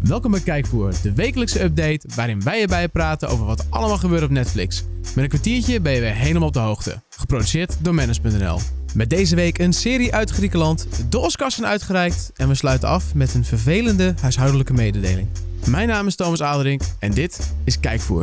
Welkom bij Kijkvoer, de wekelijkse update waarin wij erbij praten over wat allemaal gebeurt op Netflix. Met een kwartiertje ben je weer helemaal op de hoogte. Geproduceerd door Manus.nl. Met deze week een serie uit Griekenland, de Oscars zijn uitgereikt en we sluiten af met een vervelende huishoudelijke mededeling. Mijn naam is Thomas Aderink en dit is Kijkvoer.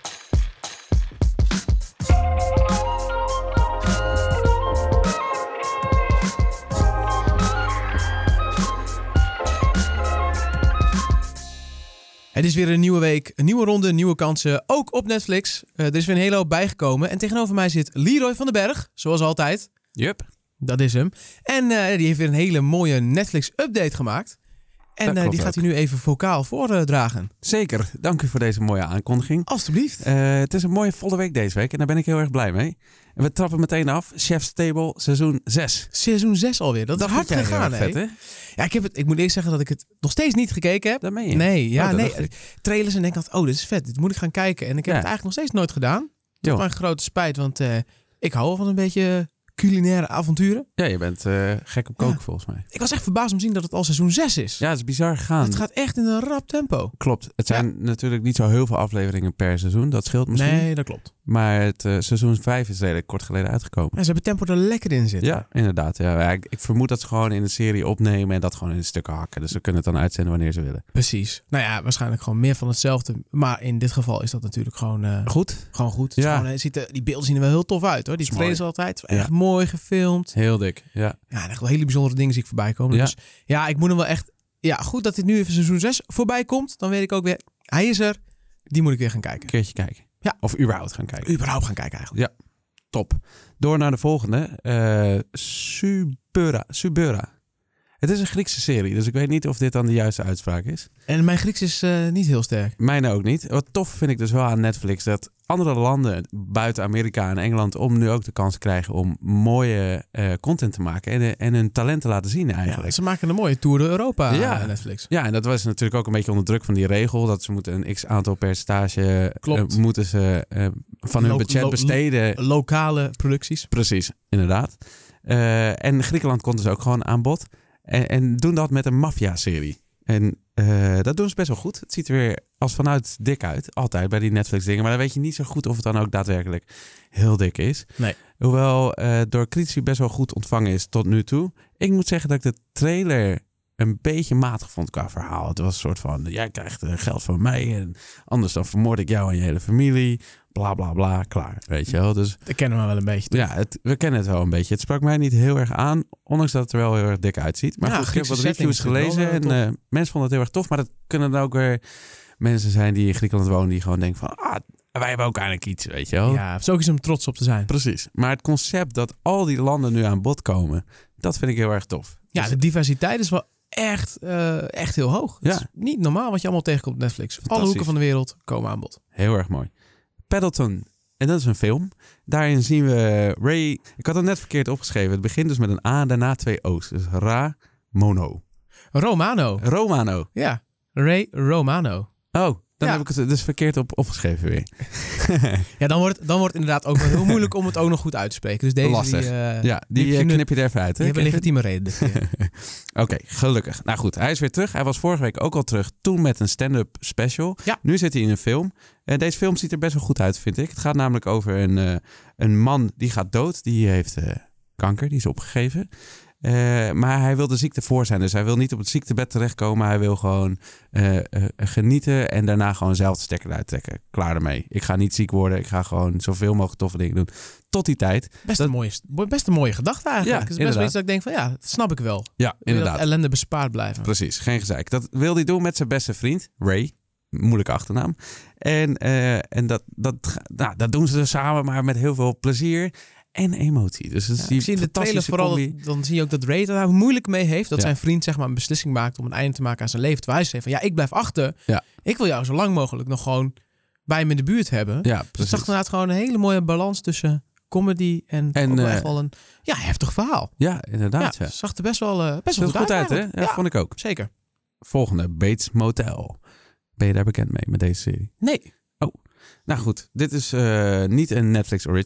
Het is weer een nieuwe week, een nieuwe ronde, nieuwe kansen, ook op Netflix. Er is weer een hele hoop bijgekomen. En tegenover mij zit Leroy van den Berg, zoals altijd. Yup. Dat is hem. En die heeft weer een hele mooie Netflix-update gemaakt. En die gaat hij nu even vocaal voordragen. Zeker, dank u voor deze mooie aankondiging. Alsjeblieft. Het is een mooie volle week deze week en daar ben ik heel erg blij mee. En we trappen meteen af, Chef's Table seizoen 6. Seizoen 6 alweer, dat is hard gegaan, hè? Vet, hè? Ja, ik moet eerst zeggen dat ik het nog steeds niet gekeken heb. Dat meen je? Nee. Trailers en denk dat, dit is vet, dit moet ik gaan kijken. En ik heb het eigenlijk nog steeds nooit gedaan. Tot mijn grote spijt, want ik hou wel van een beetje culinaire avonturen. Ja, je bent gek op koken volgens mij. Ik was echt verbaasd om te zien dat het al seizoen 6 is. Ja, het is bizar gegaan. Het gaat echt in een rap tempo. Klopt. Het zijn natuurlijk niet zo heel veel afleveringen per seizoen. Dat scheelt misschien. Nee, dat klopt. Maar het seizoen 5 is redelijk kort geleden uitgekomen. Ja, ze hebben tempo er lekker in zitten. Ja, inderdaad. Ja, ik vermoed dat ze gewoon in een serie opnemen en dat gewoon in stukken hakken. Dus ze kunnen het dan uitzenden wanneer ze willen. Precies. Nou ja, waarschijnlijk gewoon meer van hetzelfde. Maar in dit geval is dat natuurlijk gewoon goed. Gewoon goed. Ja. Die beelden zien er wel heel tof uit, hoor. Die trailers altijd. Echt mooi gefilmd. Heel dik, ja. Ja, en echt wel hele bijzondere dingen zie ik voorbij komen. Ja. Dus ja, ik moet hem wel echt... Ja, goed dat dit nu even seizoen 6 voorbij komt. Dan weet ik ook weer, hij is er. Die moet ik weer gaan kijken. Een keertje kijken. Ja. Of überhaupt gaan kijken. Überhaupt gaan kijken eigenlijk. Ja, top. Door naar de volgende. Subura. Het is een Griekse serie, dus ik weet niet of dit dan de juiste uitspraak is. En mijn Grieks is niet heel sterk. Mijne ook niet. Wat tof vind ik dus wel aan Netflix, dat andere landen buiten Amerika en Engeland om nu ook de kans krijgen om mooie content te maken en hun talent te laten zien eigenlijk. Ja, ze maken een mooie tour door Europa aan Netflix. Ja, en dat was natuurlijk ook een beetje onder druk van die regel, dat ze moeten een x-aantal percentage moeten ze van hun budget besteden. Lokale producties. Precies, inderdaad. En Griekenland komt dus ook gewoon aan bod. En doen dat met een maffia-serie. En dat doen ze best wel goed. Het ziet er weer als vanuit dik uit. Altijd bij die Netflix-dingen. Maar dan weet je niet zo goed of het dan ook daadwerkelijk heel dik is. Nee. Hoewel door critici best wel goed ontvangen is tot nu toe. Ik moet zeggen dat ik de trailer een beetje matig vond qua verhaal. Het was een soort van, jij krijgt geld van mij en anders dan vermoord ik jou en je hele familie. Bla bla bla, klaar. Weet je wel. Dus, dat kennen we wel een beetje. Toch? Ja, we kennen het wel een beetje. Het sprak mij niet heel erg aan, ondanks dat het er wel heel erg dik uitziet. Maar goed, ik heb wat reviews gelezen en mensen vonden het heel erg tof. Maar dat kunnen dan ook weer mensen zijn die in Griekenland wonen die gewoon denken van, wij hebben ook eigenlijk iets, weet je wel. Ja, zo is om trots op te zijn. Precies. Maar het concept dat al die landen nu aan bod komen, dat vind ik heel erg tof. Ja, dus de diversiteit is wel echt heel hoog. Het is niet normaal wat je allemaal tegenkomt op Netflix. Alle hoeken van de wereld komen aan bod. Heel erg mooi. Paddleton. En dat is een film. Daarin zien we Ray... Ik had het net verkeerd opgeschreven. Het begint dus met een A en daarna 2 O's. Dus Romano. Ja, Ray Romano. Oh, dan heb ik het dus verkeerd opgeschreven weer. Ja, dan wordt inderdaad ook wel heel moeilijk om het ook nog goed uit te spreken. Dus deze lastig. Die knip je er even uit. Je hebt een legitieme reden. Oké, gelukkig. Nou goed, hij is weer terug. Hij was vorige week ook al terug. Toen met een stand-up special. Ja. Nu zit hij in een film. Deze film ziet er best wel goed uit, vind ik. Het gaat namelijk over een man die gaat dood. Die heeft kanker, die is opgegeven. Maar hij wil de ziekte voor zijn. Dus hij wil niet op het ziektebed terechtkomen. Hij wil gewoon genieten en daarna gewoon zelf de stekker uittrekken. Klaar ermee. Ik ga niet ziek worden. Ik ga gewoon zoveel mogelijk toffe dingen doen. Tot die tijd. Best een mooie gedachte eigenlijk. Ja, het is best wel iets dat ik denk van dat snap ik wel. Ja, inderdaad. Dat ellende bespaard blijven. Precies, geen gezeik. Dat wil hij doen met zijn beste vriend, Ray. Moeilijke achternaam. En dat doen ze samen, maar met heel veel plezier en emotie. Dus het is die in de trailer vooral, dan zie je ook dat Ray het daar moeilijk mee heeft. Dat zijn vriend zeg maar een beslissing maakt om een einde te maken aan zijn leven. Terwijl hij zegt van ik blijf achter. Ja. Ik wil jou zo lang mogelijk nog gewoon bij me in de buurt hebben. Ja, dus het zag inderdaad gewoon een hele mooie balans tussen comedy en ook wel echt wel een heftig verhaal. Ja, inderdaad. Ja, zag er best wel goed uit, hè? Ja, vond ik ook. Zeker. Volgende, Bates Motel. Ben je daar bekend mee met deze serie? Nee. Oh, nou goed. Dit is niet een Netflix original.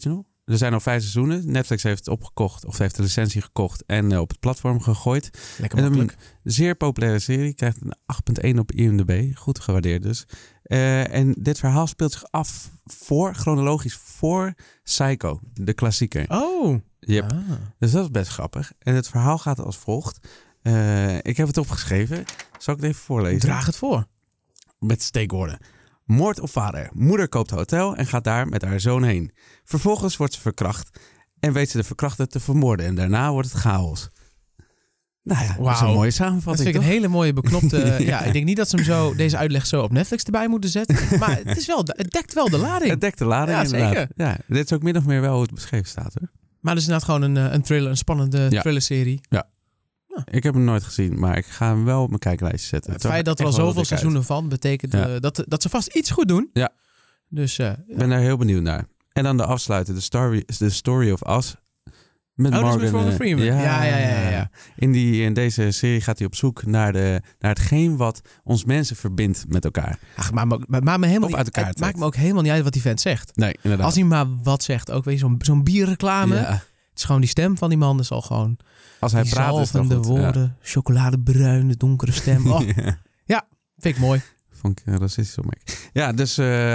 Er zijn al 5 seizoenen. Netflix heeft het opgekocht of heeft de licentie gekocht en op het platform gegooid. Lekker makkelijk. Een zeer populaire serie. Krijgt een 8,1 op IMDb. Goed gewaardeerd dus. En dit verhaal speelt zich af chronologisch voor Psycho, de klassieker. Oh. Yep. Dus dat is best grappig. En het verhaal gaat als volgt. Ik heb het opgeschreven. Zal ik het even voorlezen? Draag het voor. Met steekwoorden. Moord op vader. Moeder koopt hotel en gaat daar met haar zoon heen. Vervolgens wordt ze verkracht en weet ze de verkrachter te vermoorden. En daarna wordt het chaos. Nou ja, dat is een mooie samenvatting. Dat vind ik een hele mooie beknopte. Ja, ik denk niet dat ze hem deze uitleg zo op Netflix erbij moeten zetten. Maar het dekt wel de lading. Het dekt de lading, ja, inderdaad. Zeker. Ja, dit is ook min of meer wel hoe het beschreven staat. Hoor. Maar het is inderdaad gewoon een thriller, een spannende thrillerserie. Ja. Ik heb hem nooit gezien, maar ik ga hem wel op mijn kijklijstje zetten. Het feit dat er al zoveel seizoenen van betekent dat ze vast iets goed doen. Ja. Dus ik ben daar heel benieuwd naar. En dan de afsluiter, The Story of Us. Met Morgan Freeman. Ja. In deze serie gaat hij op zoek naar hetgeen wat ons mensen verbindt met elkaar. Ach, maar het maakt me ook helemaal niet uit wat die vent zegt. Nee, inderdaad. Als hij maar wat zegt, ook weer zo'n bierreclame. Ja. Het is gewoon die stem van die man, is al gewoon... Als hij praat is het de woorden, chocoladebruine, donkere stem. Oh. Ja, vind ik mooi. Vond ik een racistisch opmerking. Ja, dus...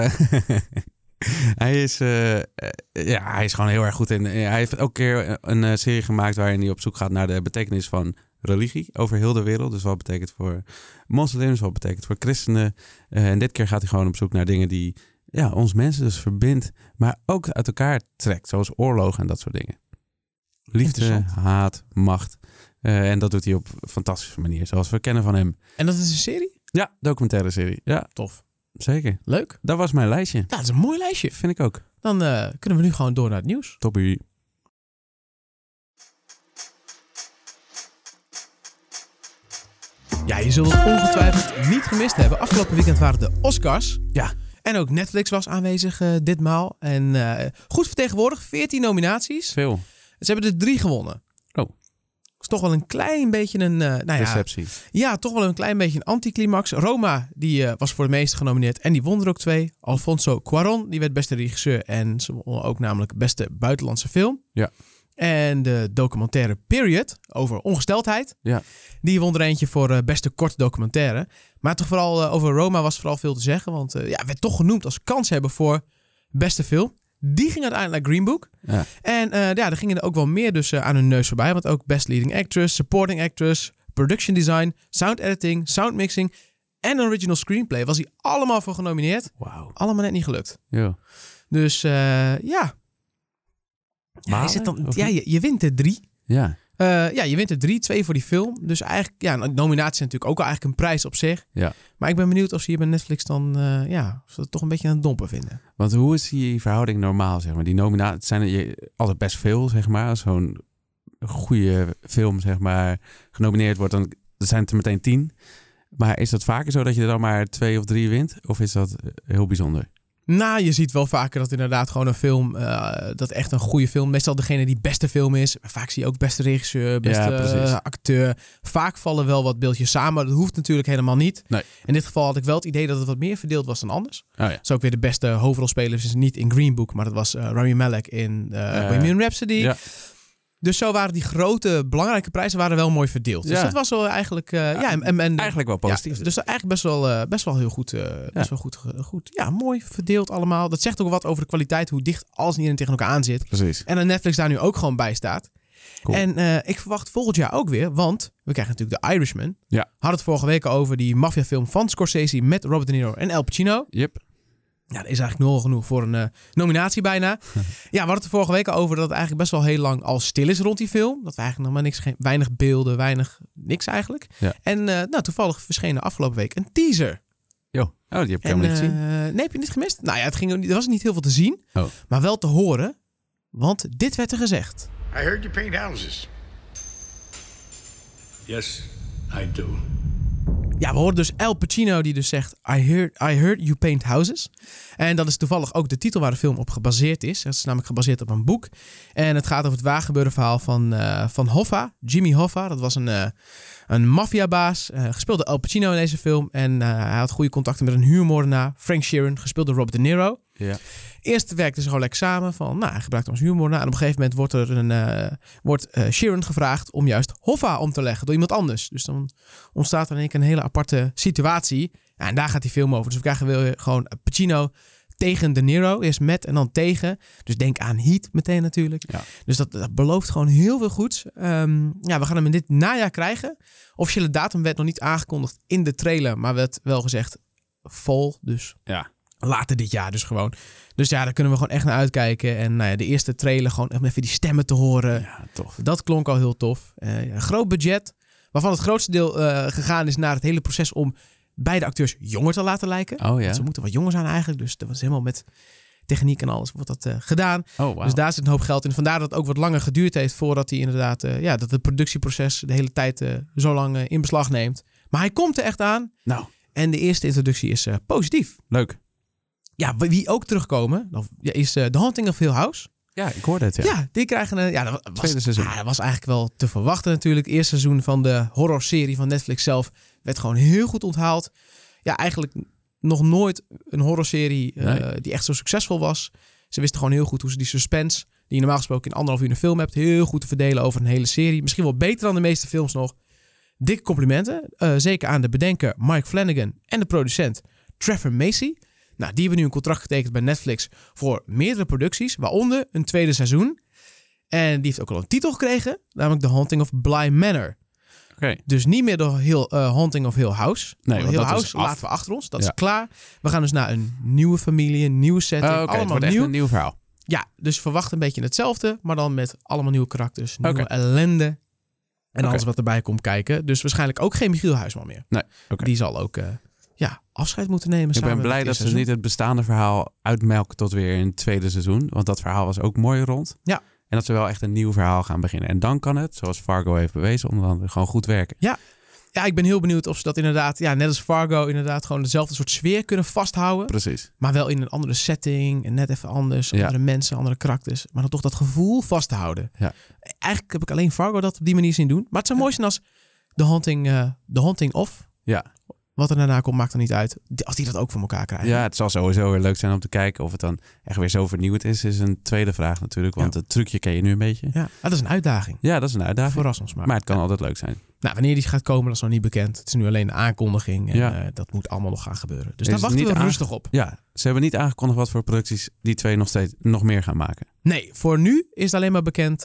Hij is gewoon heel erg goed in. Hij heeft ook keer een serie gemaakt waarin hij op zoek gaat naar de betekenis van religie over heel de wereld. Dus wat betekent voor moslims, wat betekent voor christenen. En dit keer gaat hij gewoon op zoek naar dingen die ons mensen dus verbindt, maar ook uit elkaar trekt. Zoals oorlogen en dat soort dingen. Liefde, haat, macht. En dat doet hij op een fantastische manier, zoals we kennen van hem. En dat is een serie? Ja, documentaire serie. Ja, tof. Zeker. Leuk. Dat was mijn lijstje. Ja, dat is een mooi lijstje. Vind ik ook. Dan kunnen we nu gewoon door naar het nieuws. Toppie. Ja, je zult het ongetwijfeld niet gemist hebben. Afgelopen weekend waren de Oscars. Ja. En ook Netflix was aanwezig ditmaal. En goed vertegenwoordigd. 14 nominaties. Veel. Ze hebben er 3 gewonnen. Oh. Is toch wel een klein beetje een... deceptie. Ja, toch wel een klein beetje een anticlimax. Roma, die was voor de meeste genomineerd en die won er ook 2. Alfonso Cuarón, die werd beste regisseur en ze won ook namelijk beste buitenlandse film. Ja. En de documentaire Period, over ongesteldheid, die won er eentje voor beste korte documentaire. Maar toch vooral over Roma was vooral veel te zeggen, want werd toch genoemd als kanshebber voor beste film. Die ging uiteindelijk naar Green Book. Ja. En er gingen er ook wel meer dus aan hun neus voorbij. Want ook Best Leading Actress, Supporting Actress, Production Design, Sound Editing, Sound Mixing en Original Screenplay. Was hij allemaal voor genomineerd. Wauw. Allemaal net niet gelukt. Ja. Dus je wint er 3. Ja. Je wint er 3, 2 voor die film. Dus eigenlijk, nominatie is natuurlijk ook eigenlijk een prijs op zich. Ja. Maar ik ben benieuwd of ze hier bij Netflix dan of ze het toch een beetje aan het dompen vinden. Want hoe is die verhouding normaal, zeg maar? Die nominaties zijn er altijd best veel, zeg maar. Als zo'n goede film, zeg maar, genomineerd wordt, dan zijn het er meteen 10. Maar is dat vaker zo dat je er dan maar 2 of 3 wint? Of is dat heel bijzonder? Nou, je ziet wel vaker dat inderdaad gewoon een film, dat echt een goede film, meestal degene die beste film is. Vaak zie je ook beste regisseur, beste acteur. Vaak vallen wel wat beeldjes samen. Dat hoeft natuurlijk helemaal niet. Nee. In dit geval had ik wel het idee dat het wat meer verdeeld was dan anders. Oh, ja. Zo ook weer de beste hoofdrolspeler is niet in Green Book, maar dat was Rami Malek in Bohemian Rhapsody. Ja. Dus zo waren die grote, belangrijke prijzen waren wel mooi verdeeld. Dus dat was wel eigenlijk... eigenlijk wel positief. Ja, dus eigenlijk best wel heel goed. Best wel goed. Ja, mooi verdeeld allemaal. Dat zegt ook wat over de kwaliteit, hoe dicht alles en iedereen tegen elkaar aan zit. Precies. En dat Netflix daar nu ook gewoon bij staat. Cool. En ik verwacht volgend jaar ook weer, want we krijgen natuurlijk The Irishman. Ja. Hadden het vorige week over die maffiafilm van Scorsese met Robert De Niro en Al Pacino. Yep. Ja, dat is eigenlijk nul genoeg voor een nominatie bijna. Ja, we hadden het er vorige week over dat het eigenlijk best wel heel lang al stil is rond die film. Dat we eigenlijk nog maar weinig beelden, niks eigenlijk. Ja. En toevallig verscheen afgelopen week een teaser. Die heb ik helemaal niet gezien. Nee, heb je niet gemist? Nou ja, er was niet heel veel te zien, maar wel te horen. Want dit werd er gezegd. I heard you paint houses. Yes, I do. Ja, we horen dus Al Pacino die dus zegt I heard you paint houses. En dat is toevallig ook de titel waar de film op gebaseerd is. Het is namelijk gebaseerd op een boek. En het gaat over het waargebeurde verhaal van Hoffa, Jimmy Hoffa. Dat was een maffiabaas, gespeeld door Al Pacino in deze film. En hij had goede contacten met een huurmoordenaar, Frank Sheeran, gespeeld door Robert De Niro. Ja. Eerst werkten ze gewoon lekker samen. Hij gebruikt ons humor. En op een gegeven moment wordt Sharon gevraagd om juist Hoffa om te leggen door iemand anders. Dus dan ontstaat er in één keer een hele aparte situatie. Ja, en daar gaat die film over. Dus we krijgen weer gewoon Pacino tegen De Niro. Eerst met en dan tegen. Dus denk aan Heat meteen natuurlijk. Ja. Dus dat belooft gewoon heel veel goeds. We gaan hem in dit najaar krijgen. Officiële datum werd nog niet aangekondigd in de trailer. Maar werd wel gezegd fall. Dus later dit jaar dus gewoon. Dus ja, daar kunnen we gewoon echt naar uitkijken. En de eerste trailer gewoon even die stemmen te horen. Ja, tof. Dat klonk al heel tof. Een groot budget. Waarvan het grootste deel gegaan is naar het hele proces om beide acteurs jonger te laten lijken. Oh, ja. Want ze moeten wat jonger zijn eigenlijk. Dus dat was helemaal met techniek en alles wordt dat gedaan. Oh, wow. Dus daar zit een hoop geld in. Vandaar dat het ook wat langer geduurd heeft voordat hij inderdaad dat het productieproces de hele tijd zo lang in beslag neemt. Maar hij komt er echt aan. Nou. En de eerste introductie is positief. Leuk. Ja, wie ook terugkomen is The Haunting of Hill House. Ja, ik hoorde het. Ja, die krijgen een tweede seizoen. Dat was eigenlijk wel te verwachten natuurlijk. Het eerste seizoen van de horrorserie van Netflix zelf werd gewoon heel goed onthaald. Ja, eigenlijk nog nooit een horrorserie die echt zo succesvol was. Ze wisten gewoon heel goed hoe ze die suspense, die je normaal gesproken in 1,5 uur een film hebt, heel goed te verdelen over een hele serie. Misschien wel beter dan de meeste films nog. Dikke complimenten. Zeker aan de bedenker Mike Flanagan en de producent Trevor Macy. Nou, die hebben nu een contract getekend bij Netflix voor meerdere producties, waaronder een tweede seizoen. En die heeft ook al een titel gekregen, namelijk The Haunting of Bly Manor. Okay. Dus niet meer de Haunting of Hill House. Nee, Hill House laten we achter ons. Dat is klaar. We gaan dus naar een nieuwe familie, een nieuwe setting. Allemaal het wordt echt een nieuw verhaal. Ja, dus verwacht een beetje hetzelfde, maar dan met allemaal nieuwe karakters, nieuwe ellende en alles wat erbij komt kijken. Dus waarschijnlijk ook geen Michiel Huisman meer. Nee. Die zal ook afscheid moeten nemen. Ik ben blij dat ze niet het bestaande verhaal uitmelken tot weer in het tweede seizoen. Want dat verhaal was ook mooi rond. Ja. En dat ze wel echt een nieuw verhaal gaan beginnen. En dan kan het, zoals Fargo heeft bewezen, onder andere gewoon goed werken. Ja, ik ben heel benieuwd of ze dat inderdaad, net als Fargo, inderdaad gewoon dezelfde soort sfeer kunnen vasthouden. Precies. Maar wel in een andere setting en net even anders. Andere mensen, andere karakters. Maar dan toch dat gevoel vast te houden. Ja. Eigenlijk heb ik alleen Fargo dat op die manier zien doen. Maar het zou mooi zijn als The Haunting of... Ja. Wat er daarna komt, maakt er niet uit. Als die dat ook voor elkaar krijgen. Ja, het zal sowieso weer leuk zijn om te kijken of het dan echt weer zo vernieuwd is een tweede vraag natuurlijk. Want het trucje ken je nu een beetje. Ja, dat is een uitdaging. Ja, dat is een uitdaging. Verras ons maar. Maar het kan altijd leuk zijn. Nou, wanneer die gaat komen, dat is nog niet bekend. Het is nu alleen de aankondiging. En dat moet allemaal nog gaan gebeuren. Dus daar wachten we rustig op. Ja, ze hebben niet aangekondigd wat voor producties die twee nog meer gaan maken. Nee, voor nu is het alleen maar bekend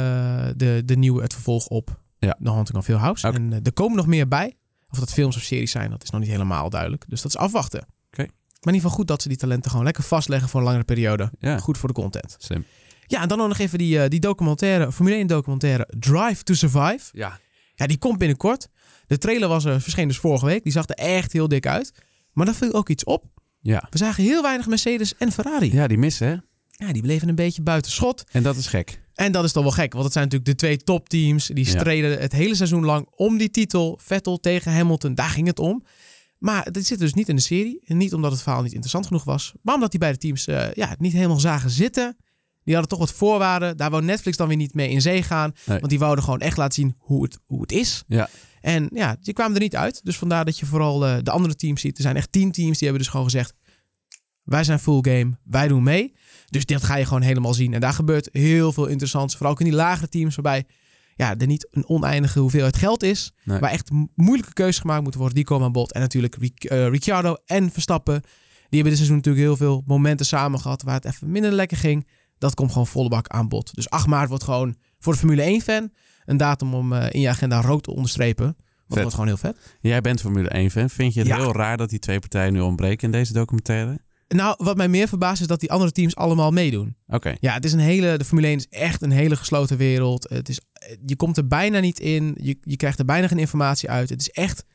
het vervolg op The Haunting of Hill House. Okay. En er komen nog meer bij. Of dat films of series zijn, dat is nog niet helemaal duidelijk. Dus dat is afwachten. Okay. Maar in ieder geval goed dat ze die talenten gewoon lekker vastleggen voor een langere periode. Ja. Goed voor de content. Slim. Ja, en dan nog even die documentaire, Formule 1 documentaire Drive to Survive. Ja, die komt binnenkort. De trailer verscheen dus vorige week. Die zag er echt heel dik uit. Maar daar viel ook iets op. Ja. We zagen heel weinig Mercedes en Ferrari. Ja, die missen hè? Ja, die bleven een beetje buiten schot. En dat is gek. En dat is toch wel gek, want het zijn natuurlijk de twee topteams. Die streden het hele seizoen lang om die titel. Vettel tegen Hamilton, daar ging het om. Maar dit zit dus niet in de serie. En niet omdat het verhaal niet interessant genoeg was. Maar omdat die beide teams het niet helemaal zagen zitten. Die hadden toch wat voorwaarden. Daar wou Netflix dan weer niet mee in zee gaan. Nee. Want die wouden gewoon echt laten zien hoe het is. Ja. En die kwamen er niet uit. Dus vandaar dat je vooral de andere teams ziet. Er zijn echt 10 teams die hebben dus gewoon gezegd... Wij zijn full game, wij doen mee. Dus dat ga je gewoon helemaal zien. En daar gebeurt heel veel interessants. Vooral ook in die lagere teams waarbij er niet een oneindige hoeveelheid geld is. Nee. Waar echt moeilijke keuzes gemaakt moeten worden. Die komen aan bod. En natuurlijk Ricciardo en Verstappen. Die hebben dit seizoen natuurlijk heel veel momenten samen gehad waar het even minder lekker ging. Dat komt gewoon volle bak aan bod. Dus 8 maart wordt gewoon voor de Formule 1-fan een datum om in je agenda rood te onderstrepen. Want dat wordt gewoon heel vet. Jij bent Formule 1-fan. Vind je het heel raar dat die twee partijen nu ontbreken in deze documentaire? Nou, wat mij meer verbaast is dat die andere teams allemaal meedoen. Oké. Ja, het is de Formule 1 is echt een hele gesloten wereld. Je komt er bijna niet in. Je krijgt er bijna geen informatie uit. Het is echt...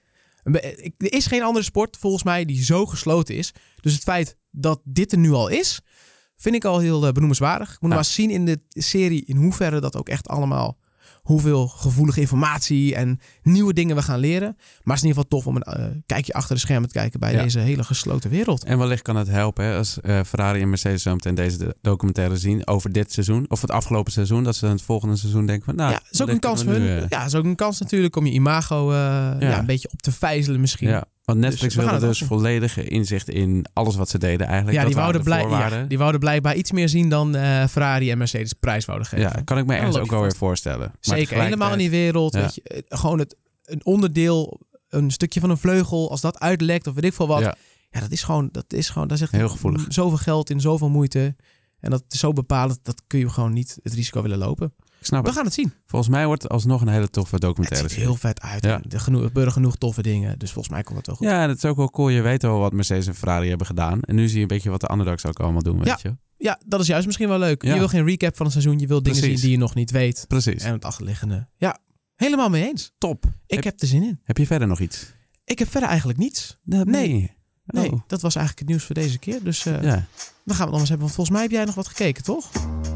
Er is geen andere sport, volgens mij, die zo gesloten is. Dus het feit dat dit er nu al is, vind ik al heel benoemenswaardig. Ik moet maar zien in de serie in hoeverre dat ook echt allemaal... hoeveel gevoelige informatie en nieuwe dingen we gaan leren. Maar het is in ieder geval tof om een kijkje achter de schermen te kijken bij deze hele gesloten wereld. En wellicht kan het helpen als Ferrari en Mercedes zo meteen deze documentaire zien over dit seizoen of het afgelopen seizoen, dat ze in het volgende seizoen denken van is ook een kans voor hun. Ja, is ook een kans natuurlijk om je imago een beetje op te vijzelen misschien. Ja. Want Netflix we gaan wilde het dus afzien. volledige inzicht in alles wat ze deden eigenlijk. Ja, Dat waren de voorwaarden. die wouden blijkbaar iets meer zien dan Ferrari en Mercedes prijs wouden geven. Ja, kan ik me ergens loop ook je wel weer vast. voorstellen. Maar Zeker, helemaal in die wereld. Ja. Weet je, gewoon een onderdeel, een stukje van een vleugel, als dat uitlekt of weet ik veel wat. Ja. Ja, dat is gewoon, daar zegt Heel gevoelig. Zoveel geld in, zoveel moeite. En dat is zo bepalend, dat kun je gewoon niet het risico willen lopen. Ik snap We het. gaan het zien. Volgens mij wordt het alsnog een hele toffe Het documentaire. ziet er heel vet uit. Ja. En er gebeuren genoeg toffe dingen. Dus volgens mij komt het wel goed. Ja, en het is ook wel cool. Je weet al wat Mercedes en Ferrari hebben gedaan. En nu zie je een beetje wat de underdogs ook allemaal doen, weet je. Ja, dat is juist misschien wel leuk. Ja. Je wil geen recap van het seizoen. Je wil dingen Precies. zien die je nog niet weet. Precies. En het achterliggende. Ja, helemaal mee eens. Top. Ik heb er zin in. Heb je verder nog iets? Ik heb verder eigenlijk niets. Nee. Nee, Oh. dat was eigenlijk het nieuws voor deze keer. Dus Ja. dan gaan we het anders hebben. Want volgens mij heb jij nog wat gekeken, toch?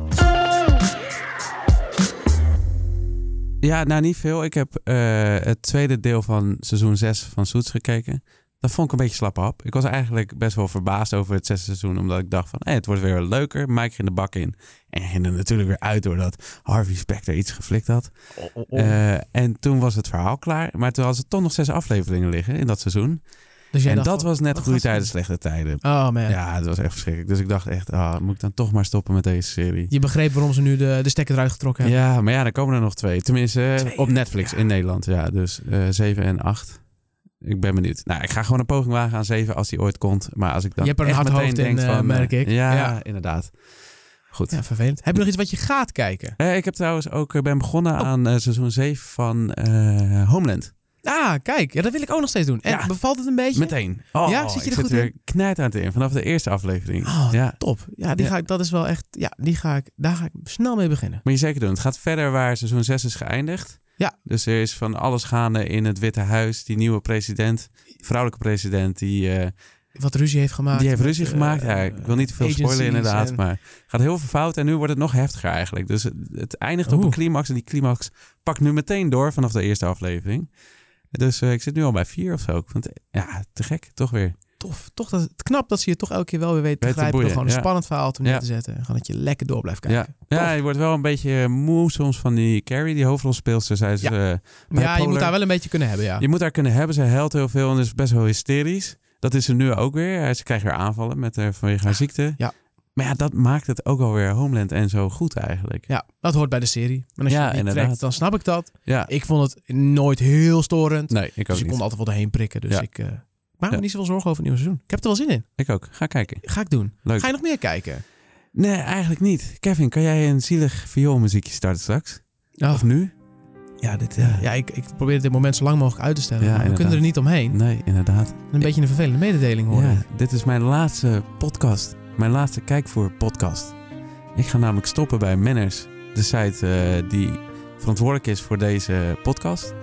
Ja, nou niet veel. Ik heb het tweede deel van seizoen 6 van Suits gekeken. Dat vond ik een beetje slappe hap. Ik was eigenlijk best wel verbaasd over het 6e seizoen. Omdat ik dacht van, het wordt weer leuker. Mike ging de bak in. En ging er natuurlijk weer uit doordat Harvey Specter iets geflikt had. En toen was het verhaal klaar. Maar toen hadden ze toch nog 6 afleveringen liggen in dat seizoen. Dus jij En dacht dat van, was net wat goede gaat er tijden, slechte tijden. Oh man. Ja, het was echt verschrikkelijk. Dus ik dacht echt, moet ik dan toch maar stoppen met deze serie? Je begreep waarom ze nu de stekker eruit getrokken hebben. Ja, maar ja, dan komen er nog 2. Tenminste, 2, op Netflix ja. in Nederland. Ja, dus 7 en 8. Ik ben benieuwd. Nou, ik ga gewoon een poging wagen aan 7 als die ooit komt. Maar als ik dan Je hebt er een echt hard meteen hoofd in, denk van... merk ik. Ja, Ja. inderdaad. Goed. Ja, vervelend. Heb je nog iets wat je gaat kijken? Ik heb trouwens ook ben begonnen aan seizoen 7 van Homeland. Ah, kijk. Ja, dat wil ik ook nog steeds doen. En Ja. bevalt het een beetje? Meteen. Ja, zit je er goed weer in? knijt aan het in vanaf de eerste aflevering. Oh, Ja. top. Ja, Ja. dat is wel echt... Ja, daar ga ik snel mee beginnen. Moet je zeker doen. Het gaat verder waar seizoen 6 is geëindigd. Ja. Dus er is van alles gaande in het Witte Huis. Die nieuwe president, vrouwelijke president, die Wat ruzie heeft gemaakt. heeft met, ruzie gemaakt. Ja, ik wil niet te veel spoilen agencies inderdaad. en- Maar het gaat heel veel fout en nu wordt het nog heftiger eigenlijk. Dus het eindigt op een climax. En die climax pakt nu meteen door vanaf de eerste aflevering. Dus ik zit nu al bij 4 of zo. Ik vind het, te gek. Toch weer. Tof. Toch het knap dat ze je toch elke keer wel weer weten te Weet te grijpen. Door boeien, gewoon een ja. spannend verhaal te neer Ja. te zetten. En gewoon dat je lekker door blijft Ja. kijken. Ja, Tof. je wordt wel een beetje moe soms van die Carrie, die hoofdrolspeelster. Zij is, Ja. Ja, je bipolar. moet daar wel een beetje kunnen hebben, ja. Je moet haar kunnen hebben. Ze huilt heel veel en is best wel hysterisch. Dat is ze nu ook weer. Ze krijgt weer aanvallen vanwege haar ziekte. Ja. Maar ja, dat maakt het ook alweer Homeland en zo goed eigenlijk. Ja, dat hoort bij de serie. Maar als je Ja, het niet inderdaad. trekt, dan snap ik dat. Ja. Ik vond het nooit heel storend. Nee, ik ook dus ik niet. kon altijd wel doorheen prikken. Dus Ja. ik maak me Ja. niet zoveel zorgen over het nieuwe seizoen. Ik heb er wel zin in. Ik ook. Ga kijken. Ga ik doen. Leuk. Ga je nog meer kijken? Nee, eigenlijk niet. Kevin, kan jij een zielig vioolmuziekje starten straks? Oh, Of nu? ja, ik probeer dit moment zo lang mogelijk uit te stellen. Ja, maar we inderdaad. kunnen er niet omheen. Nee, inderdaad. Een beetje een vervelende mededeling horen. Ja, dit is mijn laatste podcast. Mijn laatste Kijkvoer podcast. Ik ga namelijk stoppen bij Manners. De site die verantwoordelijk is voor deze podcast.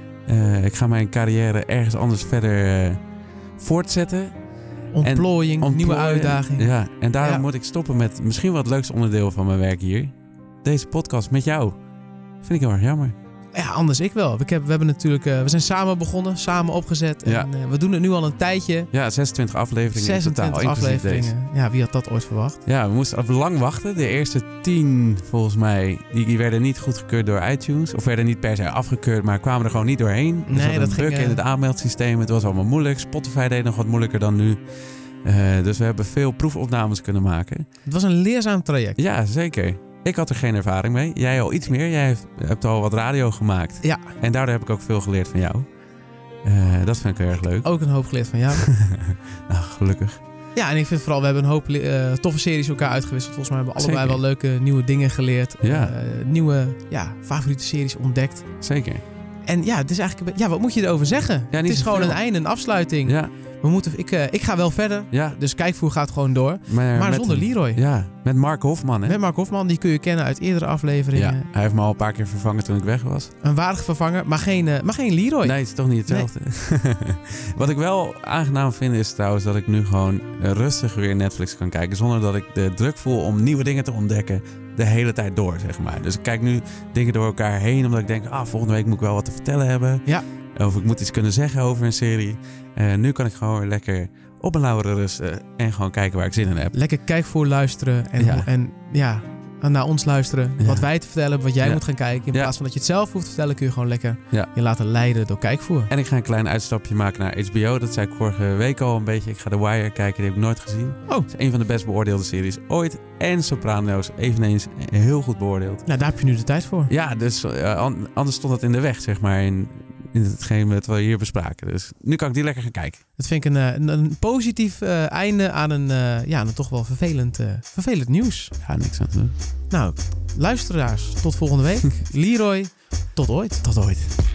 Ik ga mijn carrière ergens anders verder voortzetten. Ontplooiing, nieuwe uitdaging. Ja, en daarom Ja. moet ik stoppen met misschien wel het leukste onderdeel van mijn werk hier. Deze podcast met jou. Vind ik heel erg jammer. Ja, anders ik wel. We hebben natuurlijk, we zijn samen begonnen, samen opgezet. Ja. En we doen het nu al een tijdje. Ja, 26 afleveringen in totaal. 26 inclusief afleveringen. Ja, wie had dat ooit verwacht? Deze. Ja, we moesten even lang wachten. De eerste 10, volgens mij, die werden niet goedgekeurd door iTunes. Of werden niet per se afgekeurd, maar kwamen er gewoon niet doorheen. Nee, Er zat dat een ging, bug in het aanmeldsysteem. Het was allemaal moeilijk. Spotify deed nog wat moeilijker dan nu. Dus we hebben veel proefopnames kunnen maken. Het was een leerzaam traject. Ja, zeker. Ik had er geen ervaring mee. Jij al iets meer. Jij hebt al wat radio gemaakt. Ja. En daardoor heb ik ook veel geleerd van jou. Dat vind ik heel erg leuk. Ook een hoop geleerd van jou. Nou, gelukkig. Ja, en ik vind vooral, we hebben een hoop toffe series elkaar uitgewisseld. Volgens mij hebben we allebei Zeker. wel leuke nieuwe dingen geleerd. Ja. Nieuwe favoriete series ontdekt. Zeker. En ja, het is eigenlijk... Ja, wat moet je erover zeggen? Ja, het niet is gewoon zoveel. een einde, een afsluiting. Ja, Ik ga wel verder. ja. Dus Kijkvoer gaat gewoon door. Maar met zonder Leroy. Ja, met Mark Hofman, hè? Met Mark Hofman, die kun je kennen uit eerdere afleveringen. Ja, hij heeft me al een paar keer vervangen toen ik weg was. Een waardige vervanger, maar geen Leroy. Nee, het is toch niet hetzelfde. Wat ik wel aangenaam vind is trouwens dat ik nu gewoon rustig weer Netflix kan kijken. Zonder dat ik de druk voel om nieuwe dingen te ontdekken de hele tijd door, zeg maar. Dus ik kijk nu dingen door elkaar heen omdat ik denk, volgende week moet ik wel wat te vertellen hebben. Ja. Of ik moet iets kunnen zeggen over een serie. Nu kan ik gewoon weer lekker op mijn lauweren rusten en gewoon kijken waar ik zin in heb. Lekker Kijkvoer luisteren. En Ja. en ja, naar ons luisteren. Ja. Wat wij te vertellen hebben, wat jij Ja. moet gaan kijken. In Ja. plaats van dat je het zelf hoeft te vertellen, kun je gewoon lekker Ja. je laten leiden door kijkvoer. En ik ga een klein uitstapje maken naar HBO. Dat zei ik vorige week al een beetje. Ik ga The Wire kijken, die heb ik nooit gezien. Oh. Het is een van de best beoordeelde series ooit. En Sopranos, eveneens heel goed beoordeeld. Nou, daar heb je nu de tijd voor. Ja, dus anders stond dat in de weg, zeg maar, in hetgeen wat we hier bespraken. Dus nu kan ik die lekker gaan kijken. Dat vind ik een positief einde aan een toch wel vervelend nieuws. Ja, niks aan te doen. Nou, luisteraars, tot volgende week. Leroy, tot ooit. Tot ooit.